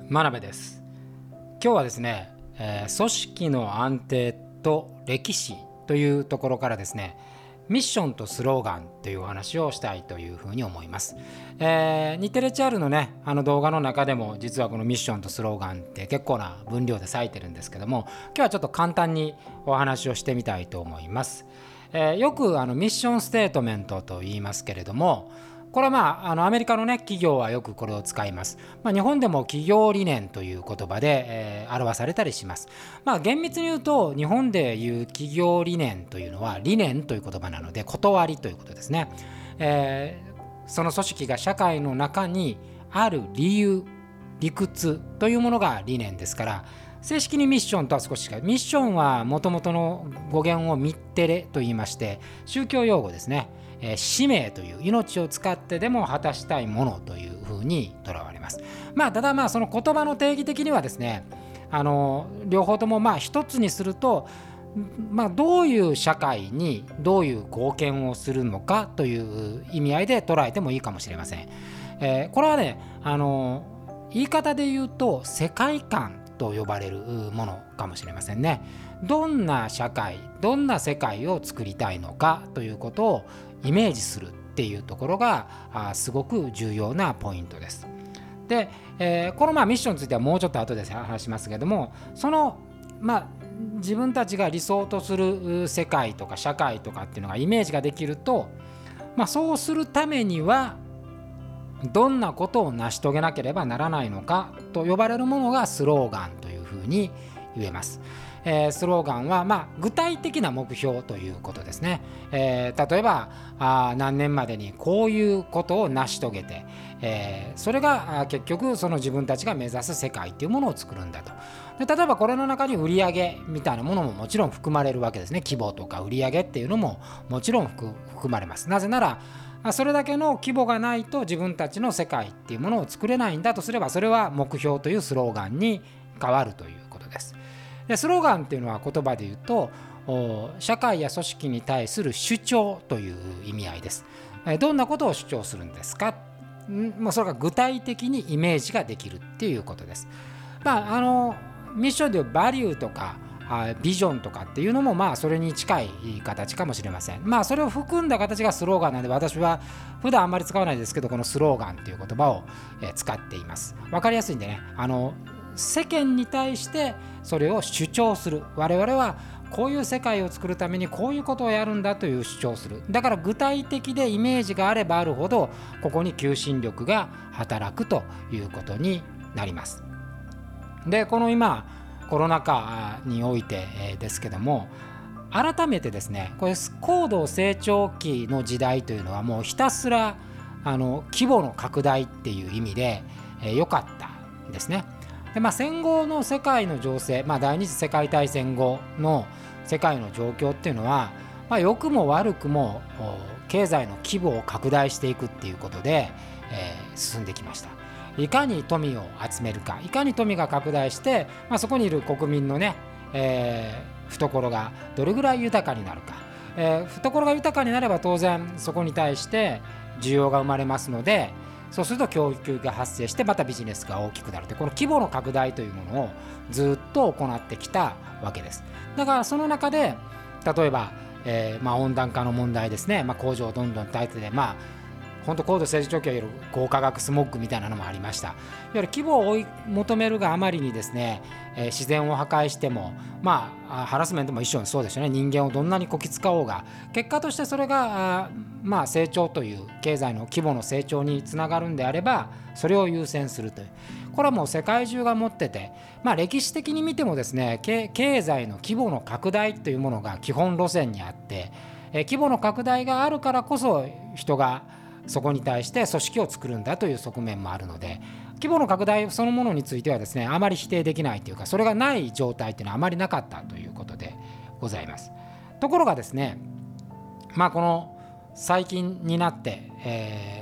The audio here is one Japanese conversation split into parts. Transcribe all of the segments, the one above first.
真鍋です。今日はですね、組織の安定と歴史というところからですね、ミッションとスローガンというお話をしたいというふうに思います。日テレチャールのね、動画の中でも実はこのミッションとスローガンって結構な分量で割いてるんですけども、今日はちょっと簡単にお話をしてみたいと思います。よくミッションステートメントと言いますけれども、これはアメリカのね企業はよくこれを使います。日本でも企業理念という言葉で、表されたりします。厳密に言うと日本でいう企業理念というのは理念という言葉なので断りということですね。その組織が社会の中にある理由理屈というものが理念ですから、正式にミッションとは少し違う。ミッションはもともとの語源をミッテレと言いまして、宗教用語ですね。使命という命を使ってでも果たしたいものというふうにとらわれます。ただその言葉の定義的にはですね、両方とも一つにすると、どういう社会にどういう貢献をするのかという意味合いで捉えてもいいかもしれません。これはね、言い方で言うと世界観と呼ばれるものかもしれませんね。どんな社会、どんな世界を作りたいのかということをイメージするっていうところがすごく重要なポイントです。で、このミッションについてはもうちょっと後で話しますけども、その自分たちが理想とする世界とか社会とかっていうのがイメージができると、そうするためにはどんなことを成し遂げなければならないのかと呼ばれるものがスローガンというふうに言えます。スローガンは具体的な目標ということですね。例えば何年までにこういうことを成し遂げて、それが結局その自分たちが目指す世界というものを作るんだと。で例えばこれの中に売上みたいなものももちろん含まれるわけですね。規模とか売上っていうのももちろん含まれます。なぜならそれだけの規模がないと自分たちの世界っていうものを作れないんだとすれば、それは目標というスローガンに変わるということです。でスローガンっていうのは言葉で言うと社会や組織に対する主張という意味合いです。どんなことを主張するんですか。それが具体的にイメージができるっていうことです。ミッションでいうバリューとかビジョンとかっていうのもそれに近い形かもしれません。それを含んだ形がスローガンなので、私は普段あんまり使わないですけど、このスローガンという言葉を使っています。わかりやすいんでね、世間に対してそれを主張する。我々はこういう世界を作るためにこういうことをやるんだという主張する。だから具体的でイメージがあればあるほど、ここに求心力が働くということになります。でこの今コロナ禍においてですけども、改めてですね、これ高度成長期の時代というのはもうひたすら規模の拡大っていう意味で良かったんですね。で戦後の世界の情勢、第二次世界大戦後の世界の状況っていうのは、良くも悪くも経済の規模を拡大していくっていうことで、進んできました。いかに富を集めるか、いかに富が拡大して、そこにいる国民のね、懐がどれぐらい豊かになるか、懐が豊かになれば当然そこに対して需要が生まれますので、そうすると供給が発生してまたビジネスが大きくなるという、この規模の拡大というものをずっと行ってきたわけです。だからその中で例えば、温暖化の問題ですね、工場をどんどん建てて本当高度成長期はいわゆる高化学スモッグみたいなのもありました。いわゆる規模を追い求めるがあまりにですね、自然を破壊してもハラスメントも一緒にそうですよね。人間をどんなにこき使おうが、結果としてそれが成長という経済の規模の成長につながるんであれば、それを優先するという、これはもう世界中が持ってて、歴史的に見てもですね、経済の規模の拡大というものが基本路線にあって、規模の拡大があるからこそ人がそこに対して組織を作るんだという側面もあるので、規模の拡大そのものについてはですね、あまり否定できないというか、それがない状態というのはあまりなかったということでございます。ところがですね、この最近になって、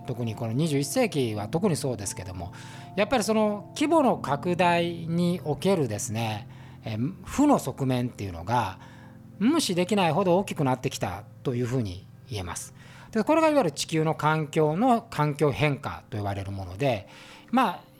特にこの21世紀は特にそうですけども、やっぱりその規模の拡大におけるですね、負の側面っていうのが無視できないほど大きくなってきたというふうに言えます。でこれがいわゆる地球の環境変化と言われるもので、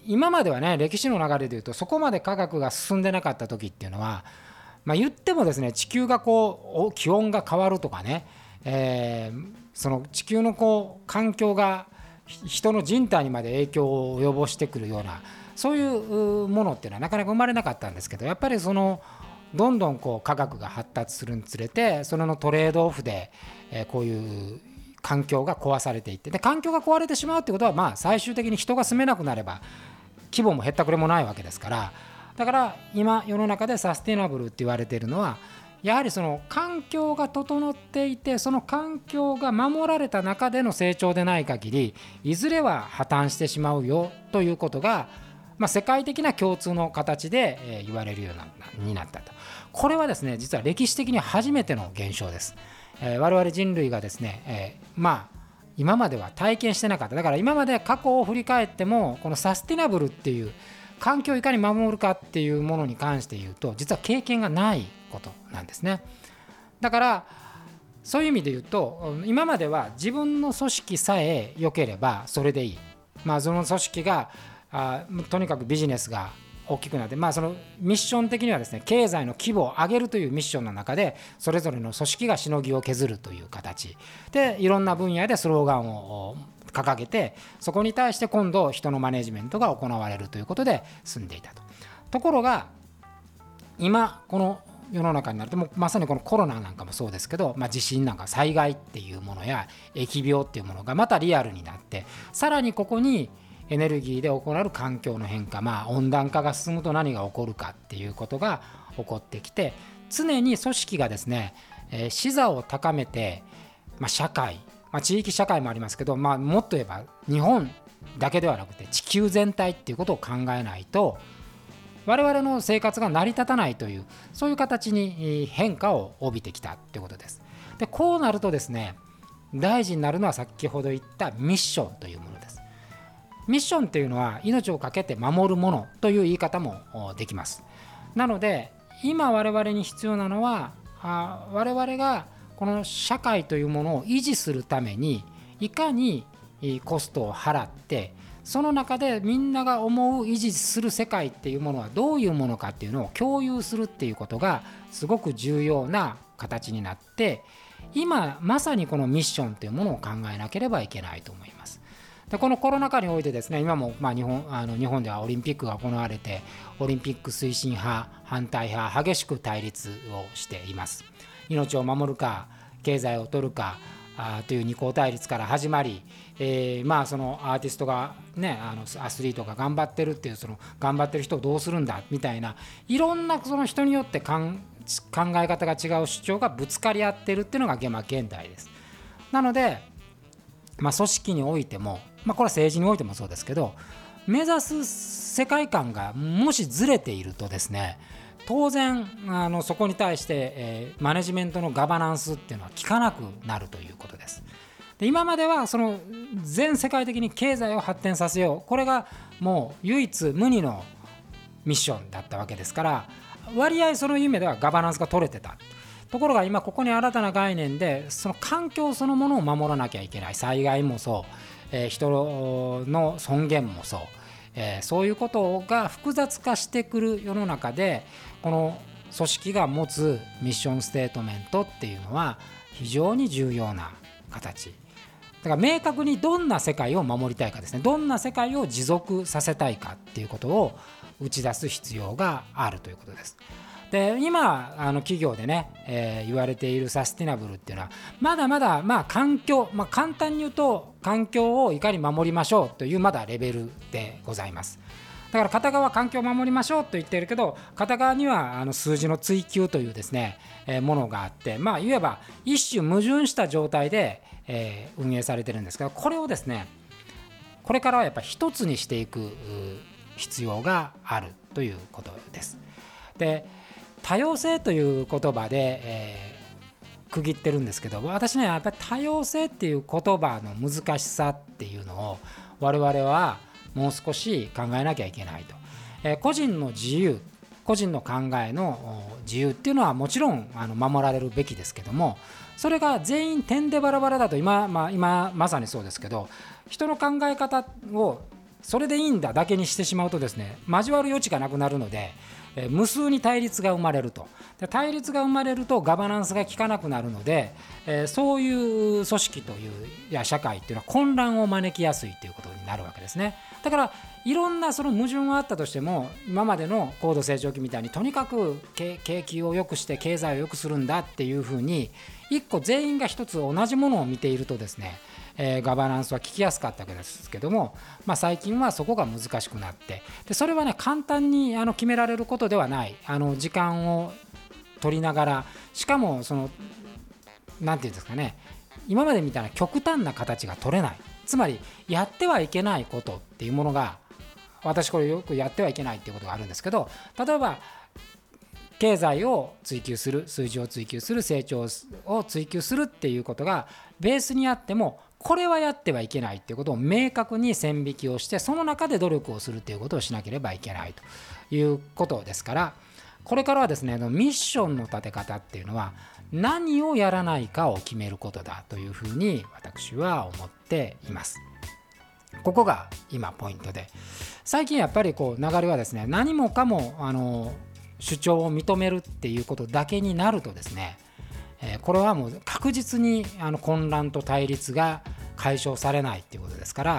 今まではね、歴史の流れでいうとそこまで科学が進んでなかった時っていうのは、言ってもですね、地球が気温が変わるとかね、その地球の環境が人の人体にまで影響を及ぼしてくるような、そういうものっていうのはなかなか生まれなかったんですけど、やっぱりどんどん科学が発達するにつれて、それのトレードオフで、こういう環境が壊されていって、で環境が壊れてしまうってことは、最終的に人が住めなくなれば規模も減ったくれもないわけですから、だから今世の中でサスティナブルって言われているのは、やはりその環境が整っていて、その環境が守られた中での成長でない限り、いずれは破綻してしまうよということが、世界的な共通の形で言われるようになったと。これはですね、実は歴史的に初めての現象です。我々人類がですね、今までは体験してなかった。だから今まで過去を振り返っても、このサスティナブルっていう環境をいかに守るかっていうものに関して言うと、実は経験がないことなんですね。だからそういう意味で言うと、今までは自分の組織さえ良ければそれでいい、その組織がとにかくビジネスが大きくなって、そのミッション的にはですね、経済の規模を上げるというミッションの中で、それぞれの組織がしのぎを削るという形で、いろんな分野でスローガンを掲げて、そこに対して今度人のマネジメントが行われるということで進んでいたと。ところが今この世の中になると、まさにこのコロナなんかもそうですけど、地震なんか災害っていうものや疫病っていうものがまたリアルになって、さらにここにエネルギーで行う環境の変化、温暖化が進むと何が起こるかっていうことが起こってきて、常に組織がですね、視座を高めて、社会、地域社会もありますけど、もっと言えば日本だけではなくて地球全体っていうことを考えないと、我々の生活が成り立たないという、そういう形に変化を帯びてきたということです。でこうなるとですね、大事になるのは先ほど言ったミッションというものです。ミッションというのは命を懸けて守るものという言い方もできます。なので今我々に必要なのは、我々がこの社会というものを維持するためにいかにコストを払って、その中でみんなが思う維持する世界っていうものはどういうものかっていうのを共有するっていうことがすごく重要な形になって、今まさにこのミッションというものを考えなければいけないと思います。でこのコロナ禍においてですね、今も日本ではオリンピックが行われて、オリンピック推進派反対派激しく対立をしています。命を守るか経済を取るかという二項対立から始まり、そのアーティストがね、アスリートが頑張ってるっていう、その頑張ってる人をどうするんだみたいな、いろんなその人によって考え方が違う主張がぶつかり合ってるっていうのが現代です。なので、組織においても、これは政治においてもそうですけど、目指す世界観がもしずれているとですね、当然そこに対して、マネジメントのガバナンスっていうのは効かなくなるということです。で今まではその全世界的に経済を発展させよう、これがもう唯一無二のミッションだったわけですから、割合その夢ではガバナンスが取れてた。ところが今ここに新たな概念で、その環境そのものを守らなきゃいけない、災害もそう、人の尊厳もそう、そういうことが複雑化してくる世の中で、この組織が持つミッションステートメントっていうのは非常に重要な形だから、明確にどんな世界を守りたいかですね、どんな世界を持続させたいかっていうことを打ち出す必要があるということです。で今企業でね、言われているサスティナブルっていうのはまだまだ環境、簡単に言うと環境をいかに守りましょうというまだレベルでございます。だから片側環境を守りましょうと言っているけど、片側には数字の追求というですね、ものがあって、言えば一種矛盾した状態で、運営されてるんですけど、これをですね、これからはやっぱり一つにしていく必要があるということです。で多様性という言葉で、区切ってるんですけど、私ねやっぱり多様性っていう言葉の難しさっていうのを我々はもう少し考えなきゃいけないと。個人の自由、個人の考えの自由っていうのはもちろん守られるべきですけども、それが全員点でバラバラだと今まさにそうですけど、人の考え方をそれでいいんだだけにしてしまうとですね、交わる余地がなくなるので、無数に対立が生まれると。で対立が生まれるとガバナンスが効かなくなるので、そういう組織というや社会っていうのは混乱を招きやすいということになるわけですね。だからいろんなその矛盾があったとしても、今までの高度成長期みたいにとにかく景気を良くして経済を良くするんだっていうふうに一個全員が一つ同じものを見ているとですね、ガバナンスは効きやすかったわけですけども、最近はそこが難しくなって、でそれはね簡単に決められることではない。時間を取りながら、しかもそのなんていうんですかね、今までみたいな極端な形が取れない。つまりやってはいけないことっていうものが、私これよくやってはいけないっていうことがあるんですけど、例えば経済を追求する、数字を追求する、成長を追求するっていうことがベースにあっても、これはやってはいけないっていうことを明確に線引きをして、その中で努力をするっていうことをしなければいけないということですから、これからはですね、ミッションの立て方っていうのは何をやらないかを決めることだというふうに私は思っています。ここが今ポイントで、最近やっぱりこう流れはですね、何もかも主張を認めるっていうことだけになるとですね、これはもう確実に混乱と対立が解消されないっていうことですから、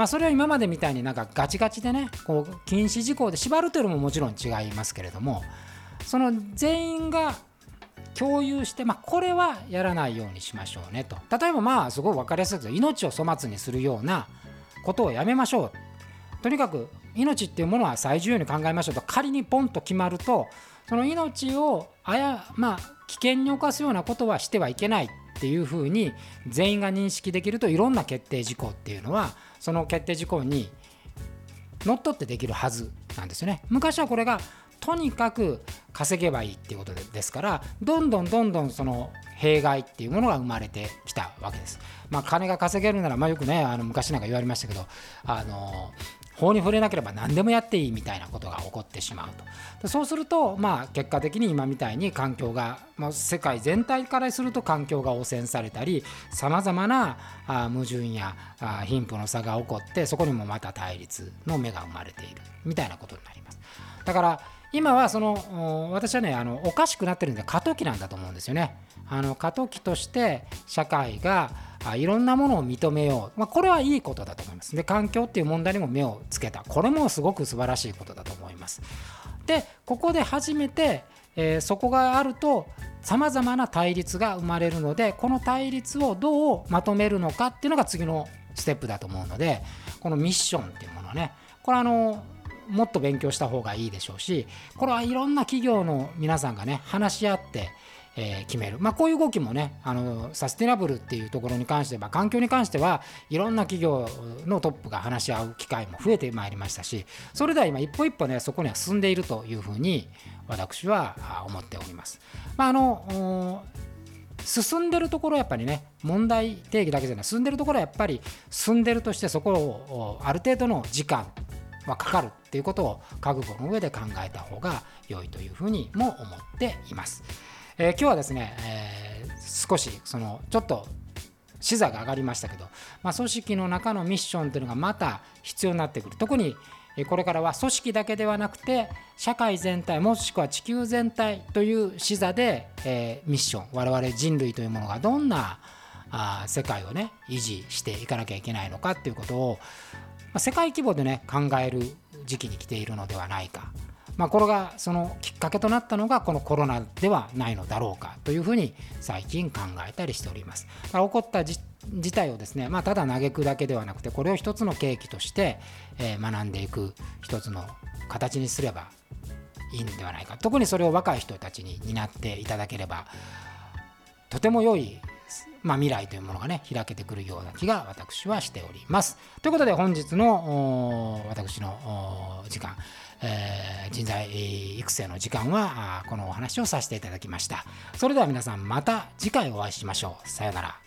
それは今までみたいになんかガチガチでね、こう禁止事項で縛るというのももちろん違いますけれども、その全員が共有して、これはやらないようにしましょうねと。例えばすごい分かりやすいけど、命を粗末にするようなことをやめましょう。とにかく命っていうものは最重要に考えましょうと仮にポンと決まると、その命を危険に侵すようなことはしてはいけないっていうふうに全員が認識できると、いろんな決定事項っていうのはその決定事項にのっとってできるはずなんですよね。昔はこれがとにかく稼げばいいっていうことですから、どんどんその弊害っていうものが生まれてきたわけです。金が稼げるなら、よくね昔なんか言われましたけど、法に触れなければ何でもやっていいみたいなことが起こってしまうと。そうすると結果的に今みたいに環境が、世界全体からすると環境が汚染されたり、さまざまな矛盾や貧富の差が起こって、そこにもまた対立の芽が生まれているみたいなことになります。だから今は私はねおかしくなってるんで過渡期なんだと思うんですよね。過渡期として社会がいろんなものを認めよう、これはいいことだと思います。で環境っていう問題にも目をつけた、これもすごく素晴らしいことだと思います。でここで初めて、そこがあるとさまざまな対立が生まれるので、この対立をどうまとめるのかっていうのが次のステップだと思うので、このミッションっていうものはね、これもっと勉強した方がいいでしょうし、これはいろんな企業の皆さんがね話し合って決める、こういう動きもねサスティナブルっていうところに関しては、環境に関してはいろんな企業のトップが話し合う機会も増えてまいりましたし、それでは今一歩一歩ねそこには進んでいるというふうに私は思っております。進んでるところはやっぱりね、問題定義だけじゃない、進んでるところはやっぱり進んでるとして、そこをある程度の時間はかかるっていうことを覚悟の上で考えた方が良いというふうにも思っています。今日はですね、少しちょっと視座が上がりましたけど、組織の中のミッションというのがまた必要になってくる。特にこれからは組織だけではなくて社会全体もしくは地球全体という視座で、ミッション、我々人類というものがどんな世界をね維持していかなきゃいけないのかっていうことを、世界規模でね考える時期に来ているのではないか。これがそのきっかけとなったのがこのコロナではないのだろうかというふうに最近考えたりしております。起こった事態をですね、ただ嘆くだけではなくて、これを一つの契機として、学んでいく一つの形にすればいいんではないか。特にそれを若い人たちに担っていただければとても良い未来というものがね開けてくるような気が私はしております。ということで本日の私の時間、人材育成の時間はこのお話をさせていただきました。それでは皆さんまた次回お会いしましょう。さようなら。